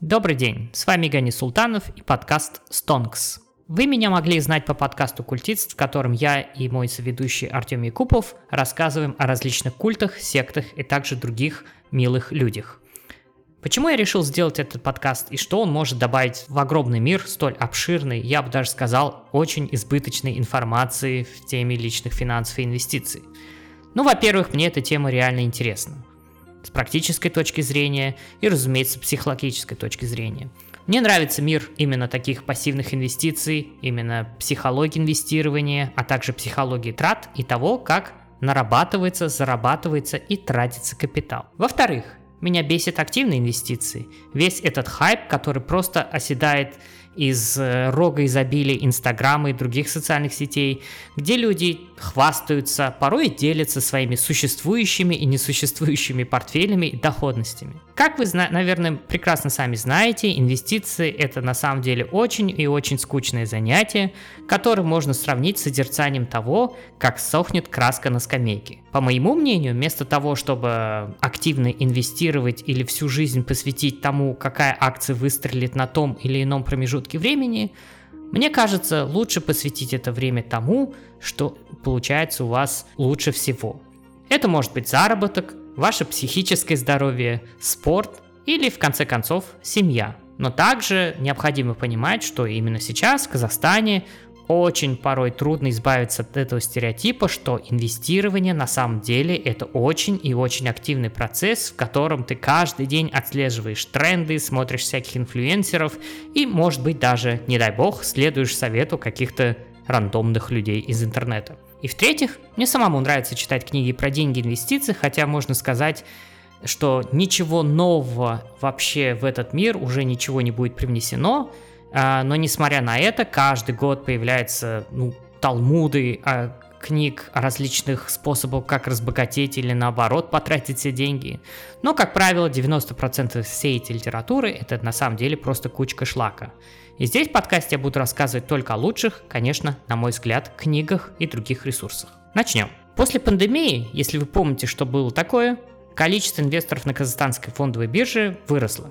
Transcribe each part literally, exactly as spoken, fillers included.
Добрый день, с вами Гани Султанов и подкаст Stonks. Вы меня могли знать по подкасту «Культист», в котором я и мой соведущий Артем Якупов рассказываем о различных культах, сектах и также других милых людях. Почему я решил сделать этот подкаст и что он может добавить в огромный мир, столь обширный, я бы даже сказал, очень избыточной информации в теме личных финансов и инвестиций? Ну, во-первых, мне эта тема реально интересна. С практической точки зрения и, разумеется, с психологической точки зрения. Мне нравится мир именно таких пассивных инвестиций, именно психологии инвестирования, а также психологии трат и того, как нарабатывается, зарабатывается и тратится капитал. Во-вторых, меня бесит активные инвестиции. Весь этот хайп, который просто оседает из рога изобилия Инстаграма и других социальных сетей, где люди хвастаются, порой делятся своими существующими и несуществующими портфелями и доходностями. Как вы, наверное, прекрасно сами знаете, инвестиции – это на самом деле очень и очень скучное занятие, которое можно сравнить с созерцанием того, как сохнет краска на скамейке. По моему мнению, вместо того, чтобы активно инвестировать или всю жизнь посвятить тому, какая акция выстрелит на том или ином промежутке времени, мне кажется, лучше посвятить это время тому, что получается у вас лучше всего. Это может быть заработок, ваше психическое здоровье, спорт или, в конце концов, семья. Но также необходимо понимать, что именно сейчас в Казахстане очень порой трудно избавиться от этого стереотипа, что инвестирование на самом деле это очень и очень активный процесс, в котором ты каждый день отслеживаешь тренды, смотришь всяких инфлюенсеров и, может быть, даже, не дай бог, следуешь совету каких-то рандомных людей из интернета. И в-третьих, мне самому нравится читать книги про деньги и инвестиции, хотя можно сказать, что ничего нового вообще в этот мир уже ничего не будет привнесено, но несмотря на это, каждый год появляются ну, талмуды а, книг о различных способах, как разбогатеть или наоборот потратить все деньги. Но, как правило, девяносто процентов всей этой литературы это на самом деле просто кучка шлака. И здесь в подкасте я буду рассказывать только о лучших, конечно, на мой взгляд, книгах и других ресурсах. Начнем. После пандемии, если вы помните, что было такое, количество инвесторов на казахстанской фондовой бирже выросло.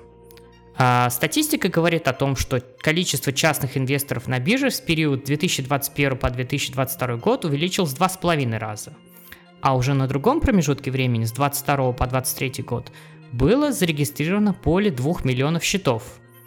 А статистика говорит о том, что количество частных инвесторов на бирже в период две тысячи двадцать первый по две тысячи двадцать второй год увеличилось в два с половиной раза. А уже на другом промежутке времени, с двадцать второго по двадцать третий год, было зарегистрировано более двух миллионов счетов.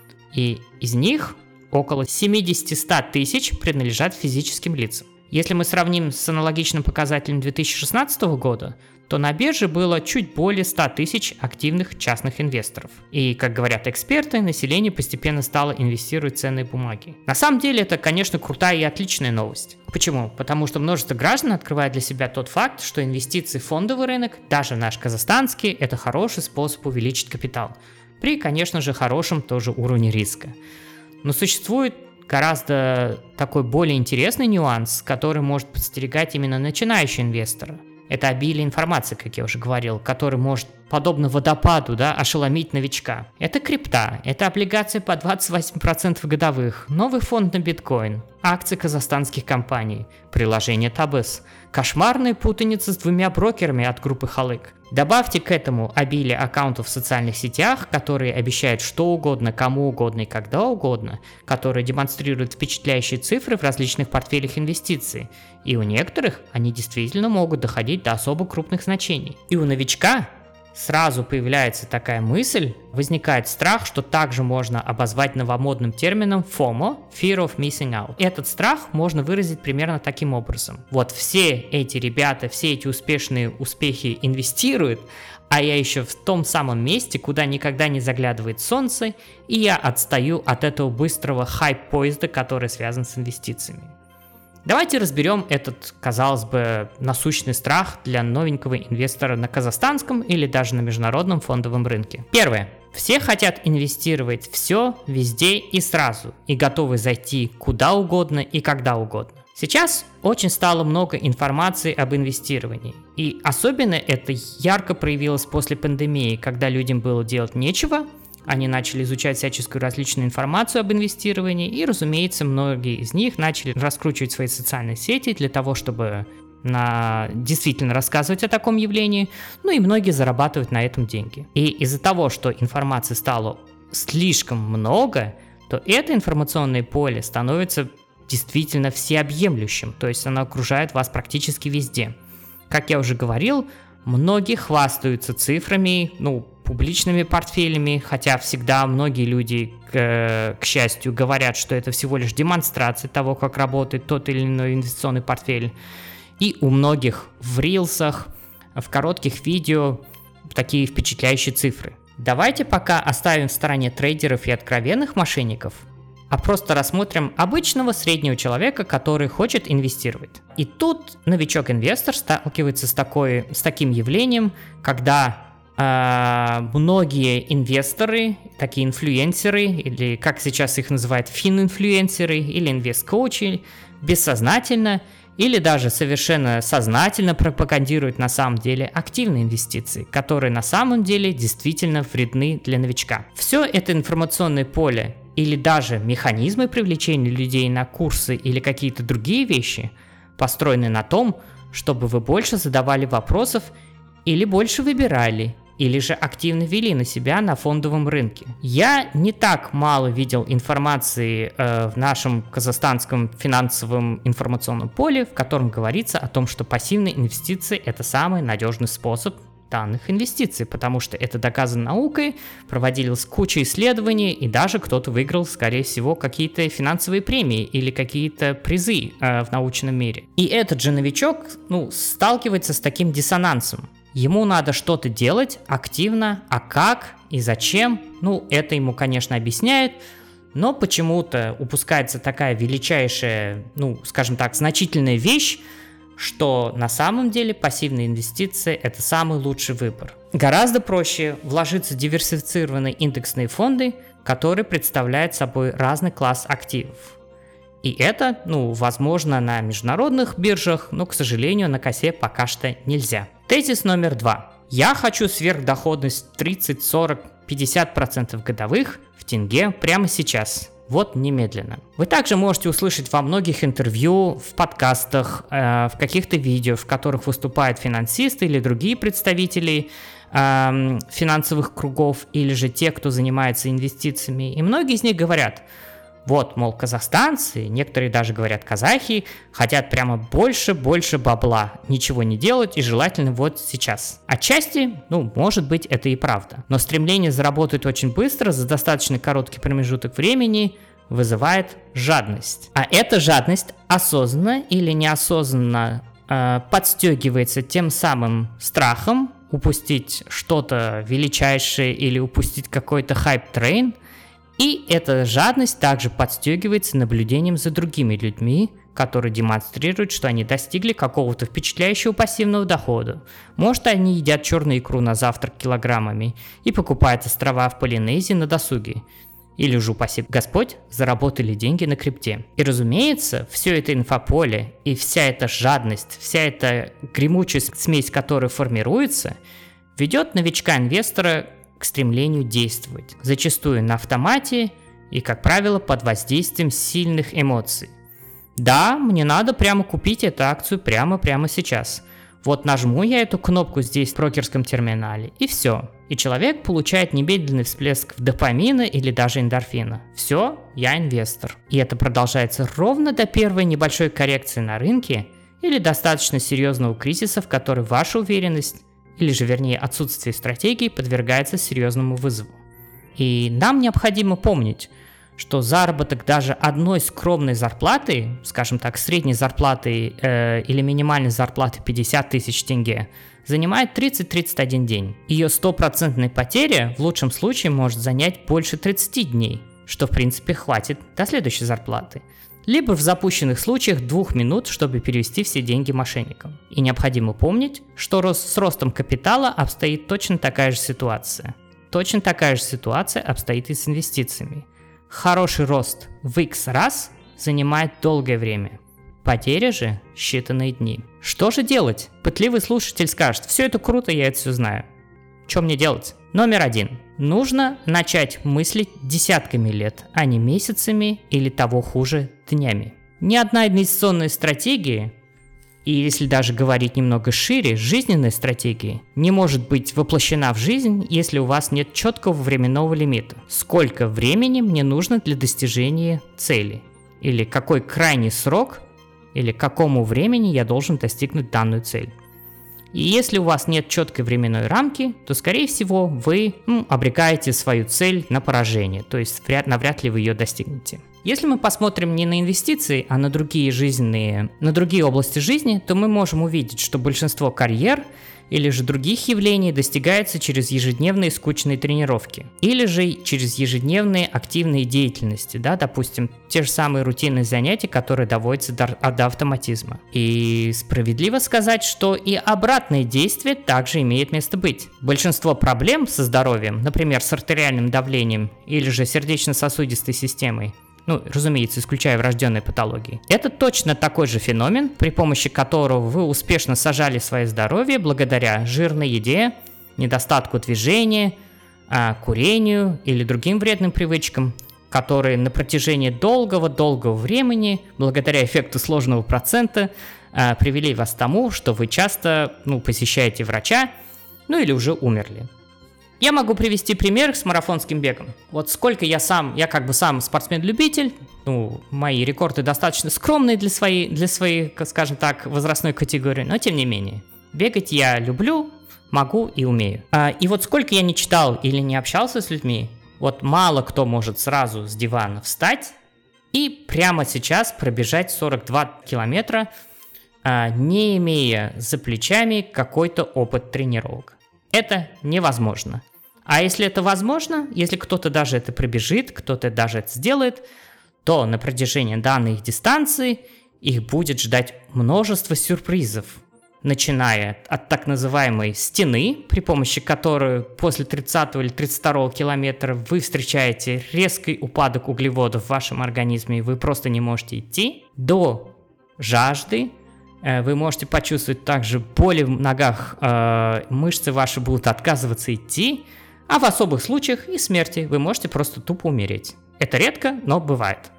И из них около семьдесят тысяч принадлежат физическим лицам. Если мы сравним с аналогичным показателем две тысячи шестнадцатого года, то на бирже было чуть более ста тысяч активных частных инвесторов. И, как говорят эксперты, население постепенно стало инвестировать в ценные бумаги. На самом деле это, конечно, крутая и отличная новость. Почему? Потому что множество граждан открывает для себя тот факт, что инвестиции в фондовый рынок, даже наш казахстанский, это хороший способ увеличить капитал. При, конечно же, хорошем тоже уровне риска. Но существует гораздо такой более интересный нюанс, который может подстерегать именно начинающего инвестора. Это обилие информации, как я уже говорил, который может, подобно водопаду, да, ошеломить новичка. Это крипта, это облигации по двадцать восемь процентов годовых, новый фонд на биткоин, акции казахстанских компаний, приложение Табыс, кошмарная путаница с двумя брокерами от группы Халык. Добавьте к этому обилие аккаунтов в социальных сетях, которые обещают что угодно, кому угодно и когда угодно, которые демонстрируют впечатляющие цифры в различных портфелях инвестиций. И у некоторых они действительно могут доходить до особо крупных значений. И у новичка сразу появляется такая мысль, возникает страх, что также можно обозвать новомодным термином FOMO – Fear of Missing Out. Этот страх можно выразить примерно таким образом. Вот все эти ребята, все эти успешные успехи инвестируют, а я еще в том самом месте, куда никогда не заглядывает солнце, и я отстаю от этого быстрого хайп-поезда, который связан с инвестициями. Давайте разберем этот, казалось бы, насущный страх для новенького инвестора на казахстанском или даже на международном фондовом рынке. Первое. Все хотят инвестировать все, везде и сразу, и готовы зайти куда угодно и когда угодно. Сейчас очень стало много информации об инвестировании, и особенно это ярко проявилось после пандемии, когда людям было делать нечего. Они начали изучать всяческую различную информацию об инвестировании, и, разумеется, многие из них начали раскручивать свои социальные сети для того, чтобы на... действительно рассказывать о таком явлении, ну и многие зарабатывают на этом деньги. И из-за того, что информации стало слишком много, то это информационное поле становится действительно всеобъемлющим, то есть оно окружает вас практически везде. Как я уже говорил, многие хвастаются цифрами, ну, публичными портфелями, хотя всегда многие люди, к, к счастью, говорят, что это всего лишь демонстрация того, как работает тот или иной инвестиционный портфель. И у многих в рилсах, в коротких видео такие впечатляющие цифры. Давайте пока оставим в стороне трейдеров и откровенных мошенников, а просто рассмотрим обычного среднего человека, который хочет инвестировать. И тут новичок-инвестор сталкивается с, такой, с таким явлением, когда э, многие инвесторы, такие инфлюенсеры, или как сейчас их называют, фин-инфлюенсеры или инвест-коучи, бессознательно или даже совершенно сознательно пропагандируют на самом деле активные инвестиции, которые на самом деле действительно вредны для новичка. Все это информационное поле или даже механизмы привлечения людей на курсы или какие-то другие вещи построены на том, чтобы вы больше задавали вопросов или больше выбирали, или же активно вели на себя на фондовом рынке. Я не так мало видел информации э, в нашем казахстанском финансовом информационном поле, в котором говорится о том, что пассивные инвестиции – это самый надежный способ данных инвестиций, потому что это доказано наукой, проводилась куча исследований, и даже кто-то выиграл, скорее всего, какие-то финансовые премии или какие-то призы э, в научном мире. И этот же новичок, ну, сталкивается с таким диссонансом. Ему надо что-то делать активно, а как и зачем, ну, это ему, конечно, объясняет, но почему-то упускается такая величайшая, ну, скажем так, значительная вещь, что на самом деле пассивные инвестиции – это самый лучший выбор. Гораздо проще вложиться в диверсифицированные индексные фонды, которые представляют собой разный класс активов. И это, ну, возможно, на международных биржах, но, к сожалению, на косе пока что нельзя. Тезис номер два. Я хочу сверхдоходность тридцать, сорок, пятьдесят процентов годовых в тенге прямо сейчас. Вот немедленно. Вы также можете услышать во многих интервью, в подкастах, э, в каких-то видео, в которых выступают финансисты или другие представители э, финансовых кругов, или же те, кто занимается инвестициями. И многие из них говорят: вот, мол, казахстанцы, некоторые даже говорят казахи, хотят прямо больше, больше бабла, ничего не делать и желательно вот сейчас. Отчасти, ну, может быть, это и правда. Но стремление заработать очень быстро за достаточно короткий промежуток времени вызывает жадность. А эта жадность осознанно или неосознанно э, подстегивается тем самым страхом упустить что-то величайшее или упустить какой-то хайп-трейн. И эта жадность также подстегивается наблюдением за другими людьми, которые демонстрируют, что они достигли какого-то впечатляющего пассивного дохода. Может, они едят черную икру на завтрак килограммами и покупают острова в Полинезии на досуге. Или же, упаси Господь, заработали деньги на крипте. И разумеется, все это инфополе и вся эта жадность, вся эта гремучая смесь, которая формируется, ведет новичка-инвестора к стремлению действовать, зачастую на автомате и, как правило, под воздействием сильных эмоций. Да, мне надо прямо купить эту акцию прямо-прямо сейчас. Вот нажму я эту кнопку здесь в брокерском терминале, и все. И человек получает немедленный всплеск допамина или даже эндорфина. Все, я инвестор. И это продолжается ровно до первой небольшой коррекции на рынке или достаточно серьезного кризиса, в который ваша уверенность, или же вернее отсутствие стратегии, подвергается серьезному вызову. И нам необходимо помнить, что заработок даже одной скромной зарплаты, скажем так, средней зарплаты э, или минимальной зарплаты пятьдесят тысяч тенге, занимает тридцать-тридцать один день. Ее стопроцентная потеря в лучшем случае может занять больше тридцати дней, что в принципе хватит до следующей зарплаты. Либо в запущенных случаях двух минут, чтобы перевести все деньги мошенникам. И необходимо помнить, что с ростом капитала обстоит точно такая же ситуация. Точно такая же ситуация обстоит и с инвестициями. Хороший рост в X раз занимает долгое время. Потеря же считанные дни. Что же делать? Пытливый слушатель скажет: все это круто, я это все знаю. Что мне делать? Номер один. Нужно начать мыслить десятками лет, а не месяцами или того хуже, днями. Ни одна инвестиционная стратегия и если даже говорить немного шире, жизненная стратегия не может быть воплощена в жизнь, если у вас нет четкого временного лимита. Сколько времени мне нужно для достижения цели? Или какой крайний срок, или к какому времени я должен достигнуть данную цель? И если у вас нет четкой временной рамки, то, скорее всего, вы ну, обрекаете свою цель на поражение, то есть вряд, навряд ли вы ее достигнете. Если мы посмотрим не на инвестиции, а на другие жизненные, на другие области жизни, то мы можем увидеть, что большинство карьер или же других явлений достигается через ежедневные скучные тренировки, или же через ежедневные активные деятельности, да, допустим, те же самые рутинные занятия, которые доводятся до, до автоматизма. И справедливо сказать, что и обратное действие также имеет место быть. Большинство проблем со здоровьем, например, с артериальным давлением или же сердечно-сосудистой системой, ну, разумеется, исключая врожденные патологии. Это точно такой же феномен, при помощи которого вы успешно сажали свое здоровье благодаря жирной еде, недостатку движения, курению или другим вредным привычкам, которые на протяжении долгого-долгого времени, благодаря эффекту сложного процента, привели вас к тому, что вы часто ну, посещаете врача, ну или уже умерли. Я могу привести пример с марафонским бегом. Вот сколько я сам, я как бы сам спортсмен-любитель, ну, мои рекорды достаточно скромные для своей, для своей, скажем так, возрастной категории, но тем не менее. Бегать я люблю, могу и умею. А, и вот сколько я не читал или не общался с людьми, вот мало кто может сразу с дивана встать и прямо сейчас пробежать сорок два километра, а, не имея за плечами какой-то опыт тренировок. Это невозможно. А если это возможно, если кто-то даже это пробежит, кто-то даже это сделает, то на протяжении данной дистанции их будет ждать множество сюрпризов, начиная от так называемой стены, при помощи которой после тридцатого или тридцать второго километра вы встречаете резкий упадок углеводов в вашем организме, и вы просто не можете идти, до жажды. Вы можете почувствовать также боли в ногах, э, мышцы ваши будут отказываться идти, а в особых случаях и смерти вы можете просто тупо умереть. Это редко, но бывает.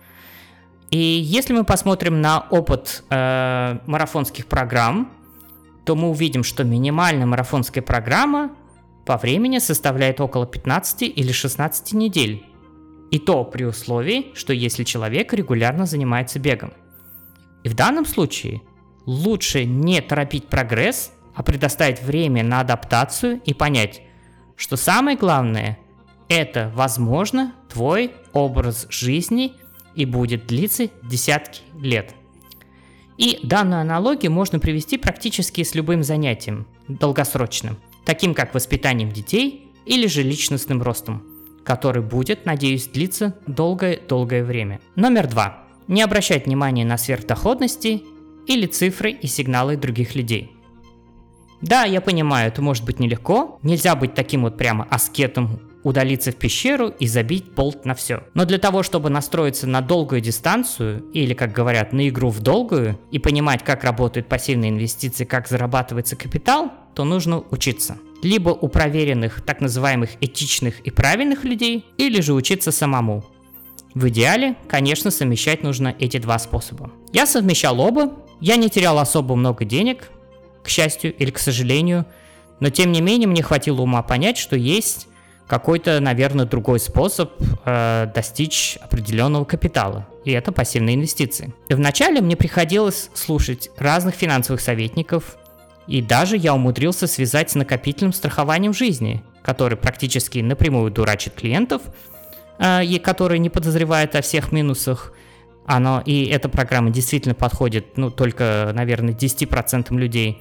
И если мы посмотрим на опыт э, марафонских программ, то мы увидим, что минимальная марафонская программа по времени составляет около пятнадцати или шестнадцати недель. И то при условии, что если человек регулярно занимается бегом. И в данном случае лучше не торопить прогресс, а предоставить время на адаптацию и понять, что самое главное – это, возможно, твой образ жизни и будет длиться десятки лет. И данную аналогию можно привести практически с любым занятием долгосрочным, таким как воспитанием детей или же личностным ростом, который будет, надеюсь, длиться долгое-долгое время. Номер два. Не обращать внимания на сверхдоходности или цифры и сигналы других людей. Да, я понимаю, это может быть нелегко, нельзя быть таким вот прямо аскетом, удалиться в пещеру и забить болт на все. Но для того, чтобы настроиться на долгую дистанцию, или, как говорят, на игру в долгую, и понимать, как работают пассивные инвестиции, как зарабатывается капитал, то нужно учиться. Либо у проверенных, так называемых этичных и правильных людей, или же учиться самому. В идеале, конечно, совмещать нужно эти два способа. Я совмещал оба. Я не терял особо много денег, к счастью или к сожалению, но тем не менее мне хватило ума понять, что есть какой-то, наверное, другой способ э, достичь определенного капитала, и это пассивные инвестиции. И вначале мне приходилось слушать разных финансовых советников, и даже я умудрился связать с накопительным страхованием жизни, который практически напрямую дурачит клиентов, э, и которые не подозревают о всех минусах. Оно, и эта программа действительно подходит, ну, только, наверное, десяти процентам людей.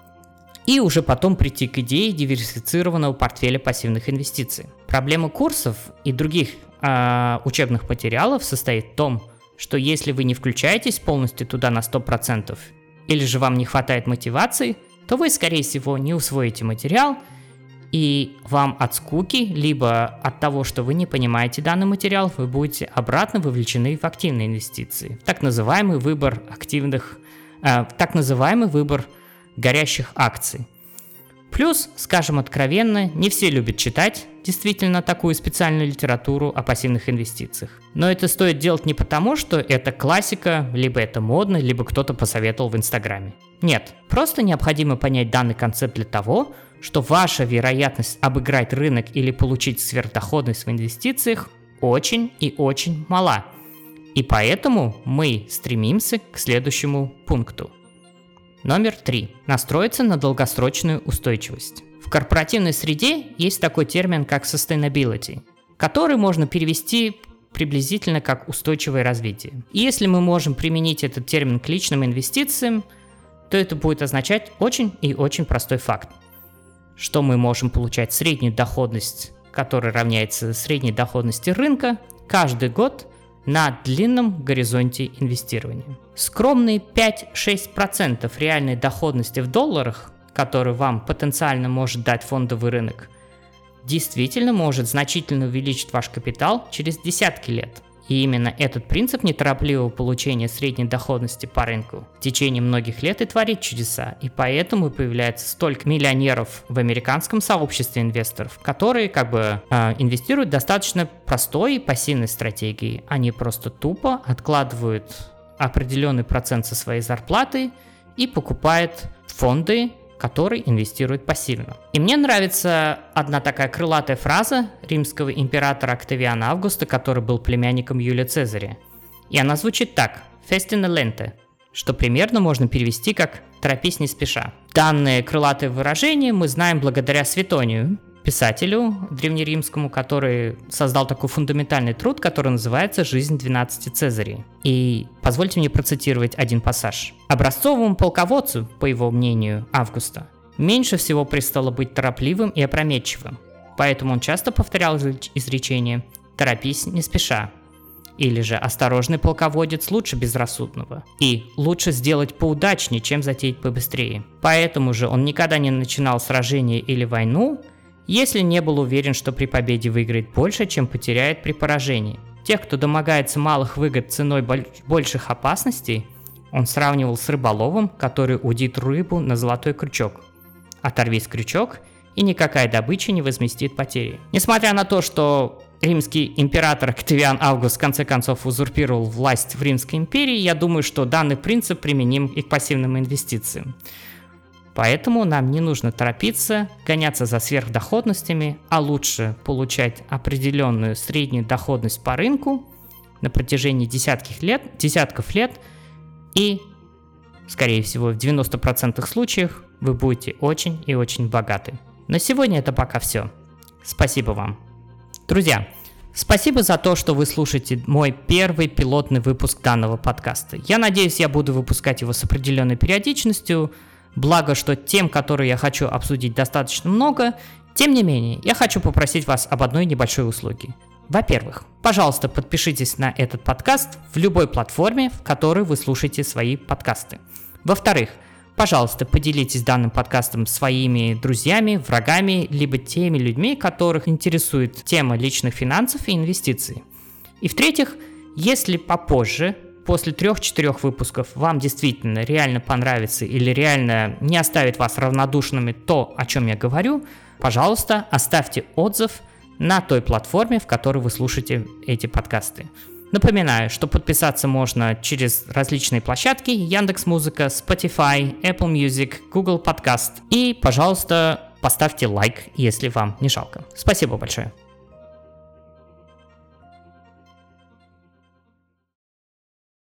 И уже потом прийти к идее диверсифицированного портфеля пассивных инвестиций. Проблема курсов и других э, учебных материалов состоит в том, что если вы не включаетесь полностью туда на сто процентов, или же вам не хватает мотивации, то вы, скорее всего, не усвоите материал, и вам от скуки, либо от того, что вы не понимаете данный материал, вы будете обратно вовлечены в активные инвестиции. Так называемый выбор активных, э, так называемый выбор горящих акций. Плюс, скажем откровенно, не все любят читать, действительно такую специальную литературу о пассивных инвестициях. Но это стоит делать не потому, что это классика, либо это модно, либо кто-то посоветовал в Инстаграме. Нет, просто необходимо понять данный концепт для того, что ваша вероятность обыграть рынок или получить сверхдоходность в инвестициях очень и очень мала. И поэтому мы стремимся к следующему пункту. Номер три. Настроиться на долгосрочную устойчивость. В корпоративной среде есть такой термин, как sustainability, который можно перевести приблизительно как устойчивое развитие. И если мы можем применить этот термин к личным инвестициям, то это будет означать очень и очень простой факт, что мы можем получать среднюю доходность, которая равняется средней доходности рынка, каждый год на длинном горизонте инвестирования. Скромные пять-шесть процентов реальной доходности в долларах, которую вам потенциально может дать фондовый рынок, действительно может значительно увеличить ваш капитал через десятки лет. И именно этот принцип неторопливого получения средней доходности по рынку в течение многих лет и творит чудеса. И поэтому появляется столько миллионеров в американском сообществе инвесторов, которые как бы э, инвестируют достаточно простой и пассивной стратегией. Они просто тупо откладывают определенный процент со своей зарплаты и покупают фонды, который инвестирует пассивно. И мне нравится одна такая крылатая фраза римского императора Октавиана Августа, который был племянником Юлия Цезаря. И она звучит так: «Festina lente», что примерно можно перевести как «торопись не спеша». Данное крылатое выражение мы знаем благодаря Светонию, писателю древнеримскому, который создал такой фундаментальный труд, который называется «Жизнь двенадцати Цезарей». И позвольте мне процитировать один пассаж. Образцовому полководцу, по его мнению Августа, меньше всего пристало быть торопливым и опрометчивым, поэтому он часто повторял изречение «торопись не спеша», или же «осторожный полководец лучше безрассудного», и «лучше сделать поудачнее, чем затеять побыстрее». Поэтому же он никогда не начинал сражение или войну, если не был уверен, что при победе выиграет больше, чем потеряет при поражении. Тех, кто домогается малых выгод ценой больших опасностей, он сравнивал с рыболовом, который удит рыбу на золотой крючок. Оторвись крючок, и никакая добыча не возместит потери. Несмотря на то, что римский император Октавиан Август в конце концов узурпировал власть в Римской империи, я думаю, что данный принцип применим и к пассивным инвестициям. Поэтому нам не нужно торопиться, гоняться за сверхдоходностями, а лучше получать определенную среднюю доходность по рынку на протяжении десятков лет, десятков лет, и, скорее всего, в девяноста процентах случаев вы будете очень и очень богаты. На сегодня это пока все. Спасибо вам. Друзья, спасибо за то, что вы слушаете мой первый пилотный выпуск данного подкаста. Я надеюсь, я буду выпускать его с определенной периодичностью. Благо, что тем, которые я хочу обсудить, достаточно много. Тем не менее, я хочу попросить вас об одной небольшой услуге. Во-первых, пожалуйста, подпишитесь на этот подкаст в любой платформе, в которой вы слушаете свои подкасты. Во-вторых, пожалуйста, поделитесь данным подкастом своими друзьями, врагами, либо теми людьми, которых интересует тема личных финансов и инвестиций. И в-третьих, если попозже, после трех-четырех выпусков, вам действительно реально понравится или реально не оставит вас равнодушными то, о чем я говорю, пожалуйста, оставьте отзыв на той платформе, в которой вы слушаете эти подкасты. Напоминаю, что подписаться можно через различные площадки: Яндекс.Музыка, Spotify, Apple Music, Google Podcast. И, пожалуйста, поставьте лайк, если вам не жалко. Спасибо большое.